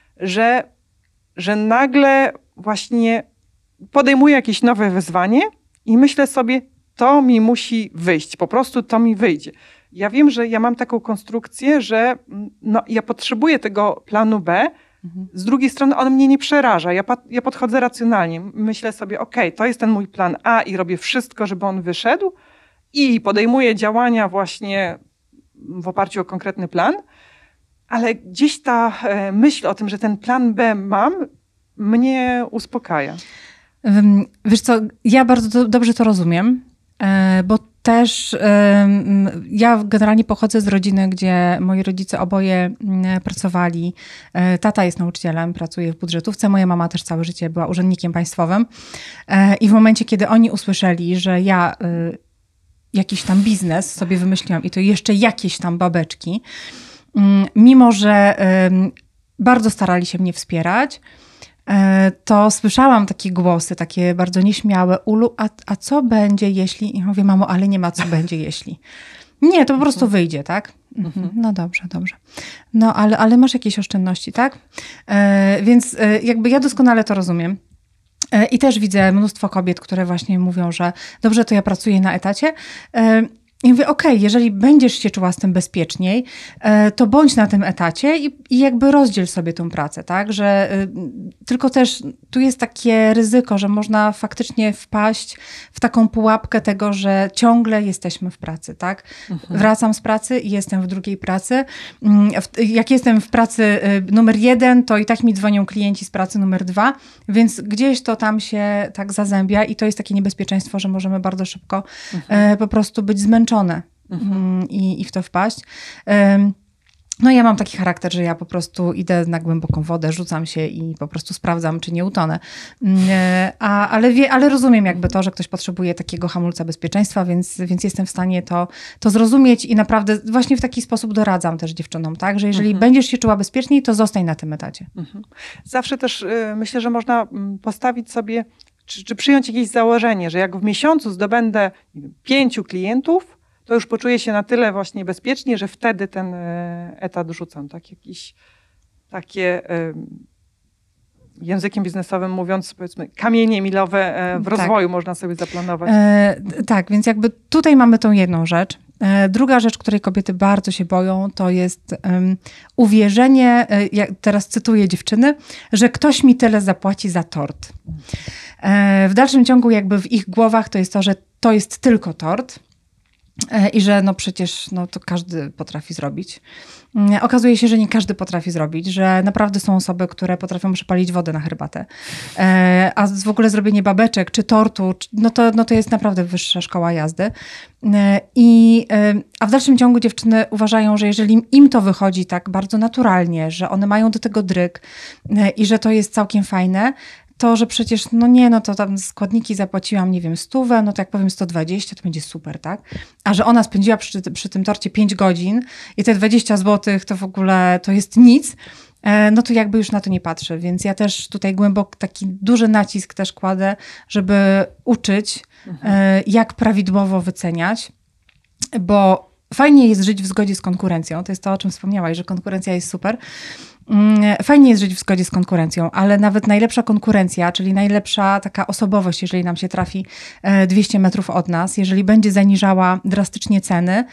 że nagle właśnie podejmuję jakieś nowe wyzwanie i myślę sobie, to mi musi wyjść, po prostu to mi wyjdzie. Ja wiem, że ja mam taką konstrukcję, że ja potrzebuję tego planu B, z drugiej strony on mnie nie przeraża. Ja podchodzę racjonalnie. Myślę sobie, to jest ten mój plan A i robię wszystko, żeby on wyszedł i podejmuję działania właśnie w oparciu o konkretny plan, ale gdzieś ta myśl o tym, że ten plan B mam, mnie uspokaja. Wiesz co, ja bardzo dobrze to rozumiem, bo też ja generalnie pochodzę z rodziny, gdzie moi rodzice oboje pracowali. Tata jest nauczycielem, pracuje w budżetówce. Moja mama też całe życie była urzędnikiem państwowym. I w momencie, kiedy oni usłyszeli, że ja jakiś tam biznes sobie wymyśliłam i to jeszcze jakieś tam babeczki, mimo że bardzo starali się mnie wspierać, to słyszałam takie głosy, takie bardzo nieśmiałe: Ulu, a co będzie jeśli... I ja mówię: mamo, ale nie ma co będzie jeśli. Nie, to po prostu wyjdzie, tak? No dobrze. No ale masz jakieś oszczędności, tak? Więc jakby ja doskonale to rozumiem. I też widzę mnóstwo kobiet, które właśnie mówią, że dobrze, to ja pracuję na etacie. I mówię: okej, jeżeli będziesz się czuła z tym bezpieczniej, to bądź na tym etacie i jakby rozdziel sobie tą pracę, tak? Że tylko też tu jest takie ryzyko, że można faktycznie wpaść w taką pułapkę tego, że ciągle jesteśmy w pracy, tak? Wracam z pracy i jestem w drugiej pracy. Jak jestem w pracy numer 1, to i tak mi dzwonią klienci z pracy numer 2, więc gdzieś to tam się tak zazębia i to jest takie niebezpieczeństwo, że możemy bardzo szybko po prostu być zmęczone i w to wpaść. No ja mam taki charakter, że ja po prostu idę na głęboką wodę, rzucam się i po prostu sprawdzam, czy nie utonę. Ale rozumiem jakby to, że ktoś potrzebuje takiego hamulca bezpieczeństwa, więc jestem w stanie to zrozumieć i naprawdę właśnie w taki sposób doradzam też dziewczynom, tak? Że jeżeli będziesz się czuła bezpieczniej, to zostań na tym etacie. Zawsze też myślę, że można postawić sobie, czy przyjąć jakieś założenie, że jak w miesiącu zdobędę 5 klientów, to już poczuję się na tyle właśnie bezpiecznie, że wtedy ten etat rzucam. Tak? Jakieś takie, językiem biznesowym mówiąc, powiedzmy, kamienie milowe w rozwoju można sobie zaplanować. Tak, więc jakby tutaj mamy tą jedną rzecz. Druga rzecz, której kobiety bardzo się boją, to jest uwierzenie, ja teraz cytuję dziewczyny, że ktoś mi tyle zapłaci za tort. W dalszym ciągu jakby w ich głowach to jest to, że to jest tylko tort. I że no przecież to każdy potrafi zrobić. Okazuje się, że nie każdy potrafi zrobić, że naprawdę są osoby, które potrafią przepalić wodę na herbatę. A w ogóle zrobienie babeczek czy tortu, to jest naprawdę wyższa szkoła jazdy. A w dalszym ciągu dziewczyny uważają, że jeżeli im to wychodzi tak bardzo naturalnie, że one mają do tego dryg i że to jest całkiem fajne, to, że przecież, to tam składniki zapłaciłam, nie wiem, 100, to jak powiem 120, to będzie super, tak? A że ona spędziła przy tym torcie 5 godzin i te 20 zł to w ogóle to jest nic, no to jakby już na to nie patrzę. Więc ja też tutaj głęboko taki duży nacisk też kładę, żeby uczyć, jak prawidłowo wyceniać, bo fajnie jest żyć w zgodzie z konkurencją. To jest to, o czym wspomniałaś, że konkurencja jest super. Fajnie jest żyć w zgodzie z konkurencją, ale nawet najlepsza konkurencja, czyli najlepsza taka osobowość, jeżeli nam się trafi 200 metrów od nas, jeżeli będzie zaniżała drastycznie ceny,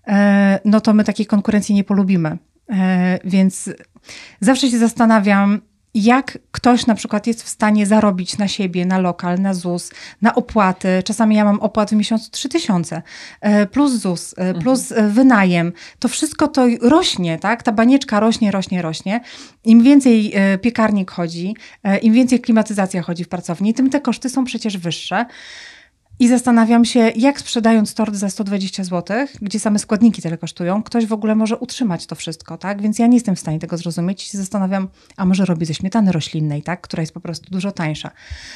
no to my takiej konkurencji nie polubimy. Więc zawsze się zastanawiam, jak ktoś na przykład jest w stanie zarobić na siebie, na lokal, na ZUS, na opłaty. Czasami ja mam opłat w miesiącu 3000, plus ZUS, plus wynajem. To wszystko to rośnie, tak? Ta banieczka rośnie. Im więcej piekarnik chodzi, im więcej klimatyzacja chodzi w pracowni, tym te koszty są przecież wyższe. I zastanawiam się, jak sprzedając tort za 120 zł, gdzie same składniki tyle kosztują, ktoś w ogóle może utrzymać to wszystko, tak? Więc ja nie jestem w stanie tego zrozumieć i się zastanawiam, a może robi ze śmietany roślinnej, tak? Która jest po prostu dużo tańsza.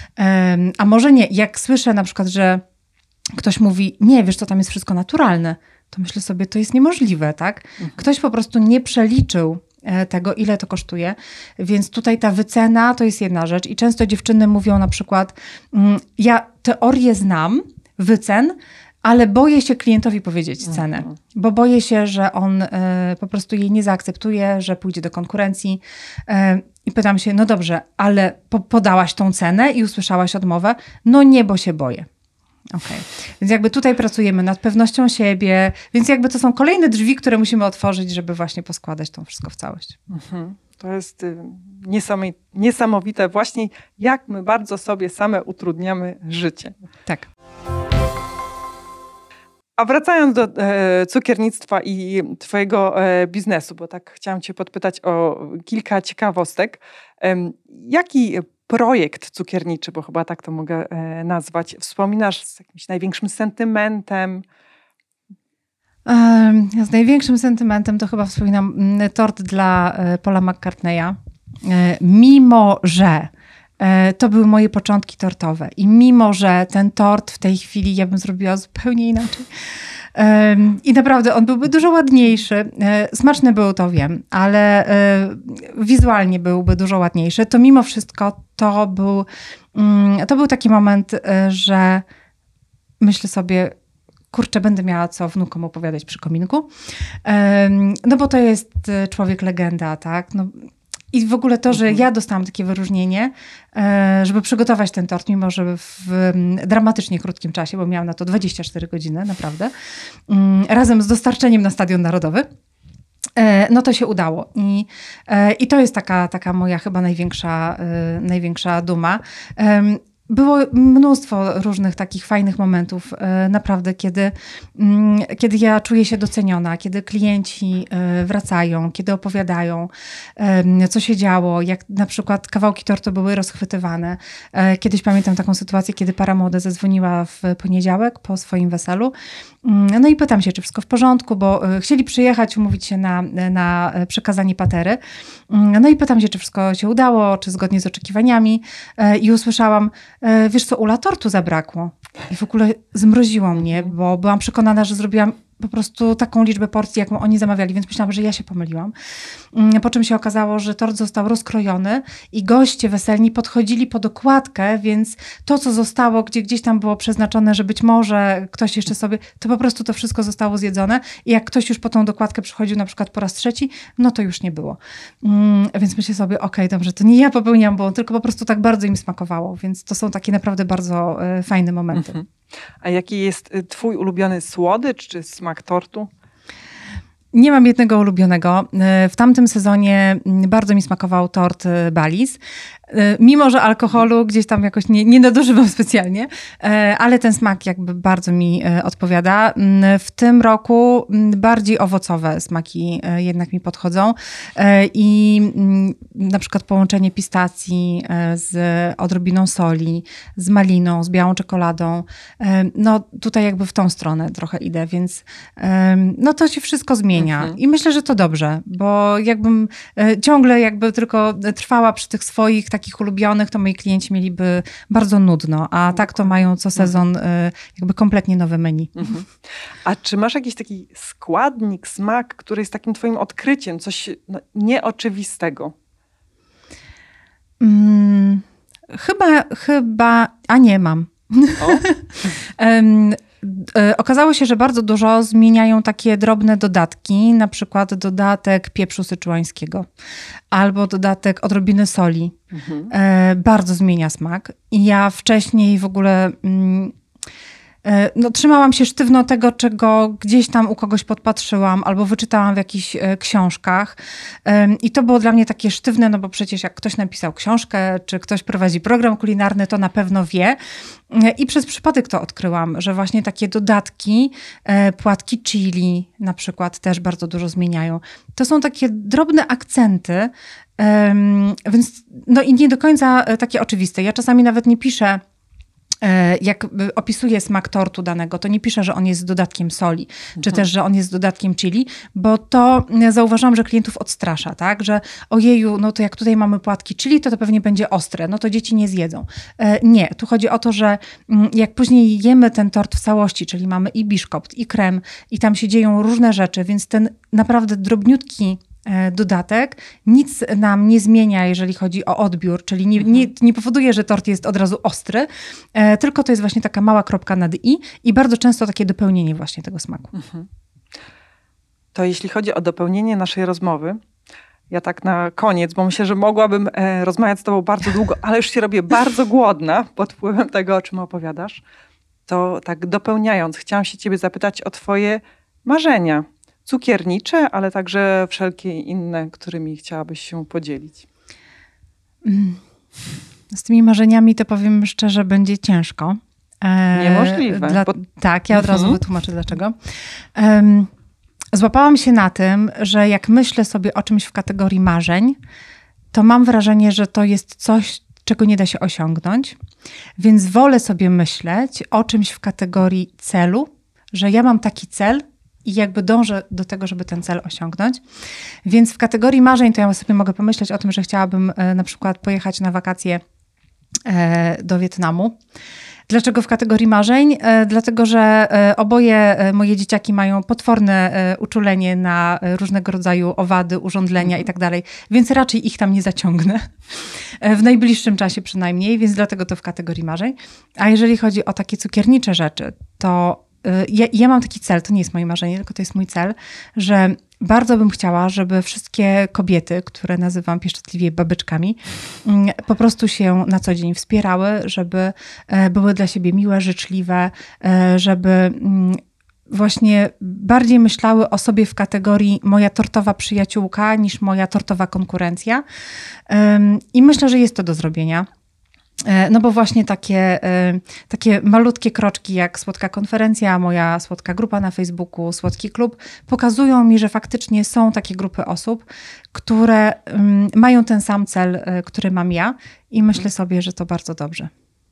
A może nie. Jak słyszę na przykład, że ktoś mówi, nie, wiesz co, tam jest wszystko naturalne, to myślę sobie, to jest niemożliwe, tak? Ktoś po prostu nie przeliczył tego, ile to kosztuje. Więc tutaj ta wycena to jest jedna rzecz. I często dziewczyny mówią na przykład, ja teorię znam, wycen, ale boję się klientowi powiedzieć cenę, bo boję się, że on po prostu jej nie zaakceptuje, że pójdzie do konkurencji. I pytam się, no dobrze, ale podałaś tą cenę i usłyszałaś odmowę? No nie, bo się boję. Okej. Więc jakby tutaj pracujemy nad pewnością siebie, więc jakby to są kolejne drzwi, które musimy otworzyć, żeby właśnie poskładać to wszystko w całość. To jest niesamowite właśnie, jak my bardzo sobie same utrudniamy życie. Tak. A wracając do cukiernictwa i twojego biznesu, bo tak chciałam cię podpytać o kilka ciekawostek. Jaki projekt cukierniczy, bo chyba tak to mogę nazwać, wspominasz z jakimś największym sentymentem? Z największym sentymentem to chyba wspominam tort dla Paula McCartneya. Mimo że to były moje początki tortowe i mimo że ten tort w tej chwili ja bym zrobiła zupełnie inaczej, I naprawdę on byłby dużo ładniejszy. Smaczny był, to wiem, ale wizualnie byłby dużo ładniejszy. To mimo wszystko to był taki moment, że myślę sobie, kurczę, będę miała co wnukom opowiadać przy kominku. No bo to jest człowiek legenda, tak? No, i w ogóle to, że ja dostałam takie wyróżnienie, żeby przygotować ten tort, mimo że w dramatycznie krótkim czasie, bo miałam na to 24 godziny, naprawdę, razem z dostarczeniem na Stadion Narodowy, no to się udało. I to jest taka moja chyba największa duma. Było mnóstwo różnych takich fajnych momentów, naprawdę, kiedy ja czuję się doceniona, kiedy klienci wracają, kiedy opowiadają, co się działo, jak na przykład kawałki tortu były rozchwytywane. Kiedyś pamiętam taką sytuację, kiedy para młoda zadzwoniła w poniedziałek po swoim weselu. No i pytam się, czy wszystko w porządku, bo chcieli przyjechać, umówić się na przekazanie patery. No i pytam się, czy wszystko się udało, czy zgodnie z oczekiwaniami. I usłyszałam, wiesz co, Ula, tortu zabrakło. I w ogóle zmroziło mnie, bo byłam przekonana, że zrobiłam po prostu taką liczbę porcji, jaką oni zamawiali, więc myślałam, że ja się pomyliłam. Po czym się okazało, że tort został rozkrojony i goście weselni podchodzili po dokładkę, więc to, co zostało, gdzieś tam było przeznaczone, że być może ktoś jeszcze sobie, to po prostu to wszystko zostało zjedzone i jak ktoś już po tą dokładkę przychodził na przykład po raz trzeci, no to już nie było. Więc myślę sobie, okej, dobrze, to nie ja popełniam błąd, tylko po prostu tak bardzo im smakowało, więc to są takie naprawdę bardzo fajne momenty. A jaki jest twój ulubiony słodycz czy smak tortu? Nie mam jednego ulubionego. W tamtym sezonie bardzo mi smakował tort Bali's. Mimo że alkoholu gdzieś tam jakoś nie nadużywam specjalnie, ale ten smak jakby bardzo mi odpowiada. W tym roku bardziej owocowe smaki jednak mi podchodzą i na przykład połączenie pistacji z odrobiną soli, z maliną, z białą czekoladą. No tutaj jakby w tą stronę trochę idę, więc no to się wszystko zmienia. I myślę, że to dobrze, bo jakbym ciągle jakby tylko trwała przy tych swoich takich ulubionych, to moi klienci mieliby bardzo nudno, a tak to mają co sezon jakby kompletnie nowe menu. A czy masz jakiś taki składnik, smak, który jest takim twoim odkryciem, coś nieoczywistego? Chyba, a nie mam. Okazało się, że bardzo dużo zmieniają takie drobne dodatki, na przykład dodatek pieprzu syczuańskiego albo dodatek odrobiny soli. Bardzo zmienia smak. I ja wcześniej w ogóle trzymałam się sztywno tego, czego gdzieś tam u kogoś podpatrzyłam albo wyczytałam w jakichś książkach. I to było dla mnie takie sztywne, no bo przecież jak ktoś napisał książkę, czy ktoś prowadzi program kulinarny, to na pewno wie. I przez przypadek to odkryłam, że właśnie takie dodatki, płatki chili na przykład też bardzo dużo zmieniają. To są takie drobne akcenty, więc no i nie do końca takie oczywiste. Ja czasami nawet nie piszę, jak opisuję smak tortu danego, to nie piszę, że on jest z dodatkiem soli, czy też, że on jest z dodatkiem chili, bo to zauważyłam, że klientów odstrasza, tak? Że ojeju, no to jak tutaj mamy płatki chili, to pewnie będzie ostre, no to dzieci nie zjedzą. Nie, tu chodzi o to, że jak później jemy ten tort w całości, czyli mamy i biszkopt, i krem, i tam się dzieją różne rzeczy, więc ten naprawdę drobniutki dodatek nic nam nie zmienia, jeżeli chodzi o odbiór, czyli nie powoduje, że tort jest od razu ostry, tylko to jest właśnie taka mała kropka nad i bardzo często takie dopełnienie właśnie tego smaku. To jeśli chodzi o dopełnienie naszej rozmowy, ja tak na koniec, bo myślę, że mogłabym rozmawiać z tobą bardzo długo, ale już się robię bardzo głodna pod wpływem tego, o czym opowiadasz, to tak dopełniając, chciałam się ciebie zapytać o twoje marzenia. Cukiernicze, ale także wszelkie inne, którymi chciałabyś się podzielić. Z tymi marzeniami to powiem szczerze, będzie ciężko. Niemożliwe. Tak, ja od razu wytłumaczę dlaczego. Złapałam się na tym, że jak myślę sobie o czymś w kategorii marzeń, to mam wrażenie, że to jest coś, czego nie da się osiągnąć. Więc wolę sobie myśleć o czymś w kategorii celu, że ja mam taki cel, i jakby dążę do tego, żeby ten cel osiągnąć. Więc w kategorii marzeń to ja sobie mogę pomyśleć o tym, że chciałabym na przykład pojechać na wakacje do Wietnamu. Dlaczego w kategorii marzeń? Dlatego, że oboje moje dzieciaki mają potworne uczulenie na różnego rodzaju owady, urządlenia i tak dalej, więc raczej ich tam nie zaciągnę. W najbliższym czasie przynajmniej, więc dlatego to w kategorii marzeń. A jeżeli chodzi o takie cukiernicze rzeczy, to ja mam taki cel, to nie jest moje marzenie, tylko to jest mój cel, że bardzo bym chciała, żeby wszystkie kobiety, które nazywam pieszczotliwie babeczkami, po prostu się na co dzień wspierały, żeby były dla siebie miłe, życzliwe, żeby właśnie bardziej myślały o sobie w kategorii moja tortowa przyjaciółka niż moja tortowa konkurencja. I myślę, że jest to do zrobienia. No bo właśnie takie malutkie kroczki jak Słodka Konferencja, moja słodka grupa na Facebooku, Słodki Klub, pokazują mi, że faktycznie są takie grupy osób, które mają ten sam cel, który mam ja i myślę sobie, że to bardzo dobrze.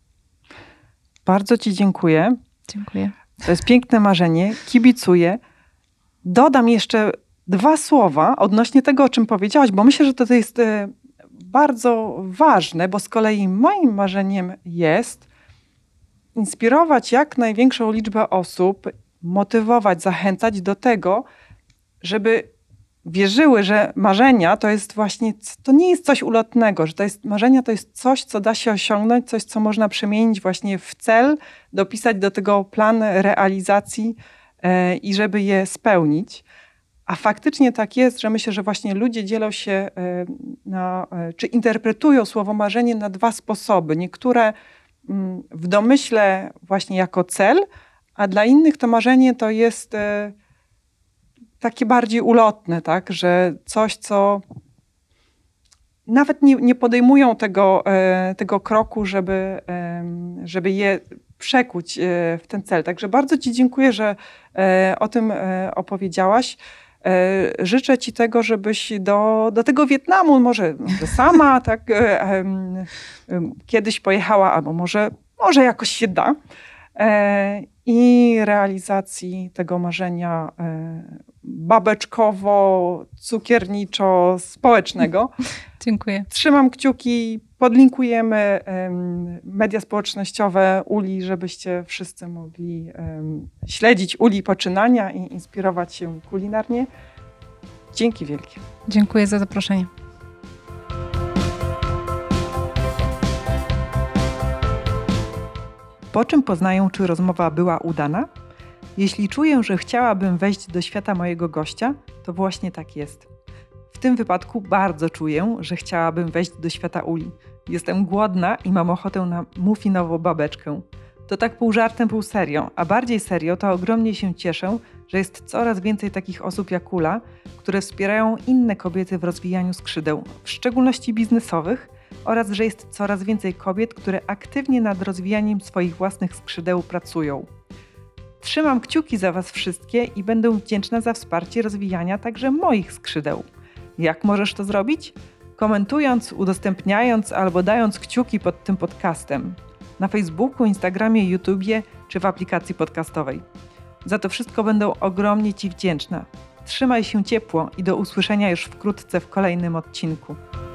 Bardzo Ci dziękuję. Dziękuję. To jest piękne marzenie, kibicuję. Dodam jeszcze 2 słowa odnośnie tego, o czym powiedziałaś, bo myślę, że to jest bardzo ważne, bo z kolei moim marzeniem jest inspirować jak największą liczbę osób, motywować, zachęcać do tego, żeby wierzyły, że marzenia to jest właśnie, to nie jest coś ulotnego, że to jest marzenia, to jest coś, co da się osiągnąć, coś, co można przemienić właśnie w cel, dopisać do tego plan realizacji i żeby je spełnić. A faktycznie tak jest, że myślę, że właśnie ludzie dzielą się czy interpretują słowo marzenie na 2 sposoby. Niektóre w domyśle właśnie jako cel, a dla innych to marzenie to jest takie bardziej ulotne, tak? Że coś, co nawet nie podejmują tego kroku, żeby je przekuć w ten cel. Także bardzo Ci dziękuję, że o tym opowiedziałaś. Życzę Ci tego, żebyś do tego Wietnamu może sama tak kiedyś pojechała, albo może jakoś się da. I realizacji tego marzenia babeczkowo-cukierniczo-społecznego. Dziękuję. Trzymam kciuki, podlinkujemy media społecznościowe Uli, żebyście wszyscy mogli śledzić Uli poczynania i inspirować się kulinarnie. Dzięki wielkie. Dziękuję za zaproszenie. Po czym poznaję, czy rozmowa była udana? Jeśli czuję, że chciałabym wejść do świata mojego gościa, to właśnie tak jest. W tym wypadku bardzo czuję, że chciałabym wejść do świata Uli. Jestem głodna i mam ochotę na muffinową babeczkę. To tak pół żartem, pół serio, a bardziej serio to ogromnie się cieszę, że jest coraz więcej takich osób jak Ula, które wspierają inne kobiety w rozwijaniu skrzydeł, w szczególności biznesowych, oraz że jest coraz więcej kobiet, które aktywnie nad rozwijaniem swoich własnych skrzydeł pracują. Trzymam kciuki za Was wszystkie i będę wdzięczna za wsparcie rozwijania także moich skrzydeł. Jak możesz to zrobić? Komentując, udostępniając albo dając kciuki pod tym podcastem na Facebooku, Instagramie, YouTubie czy w aplikacji podcastowej. Za to wszystko będę ogromnie Ci wdzięczna. Trzymaj się ciepło i do usłyszenia już wkrótce w kolejnym odcinku.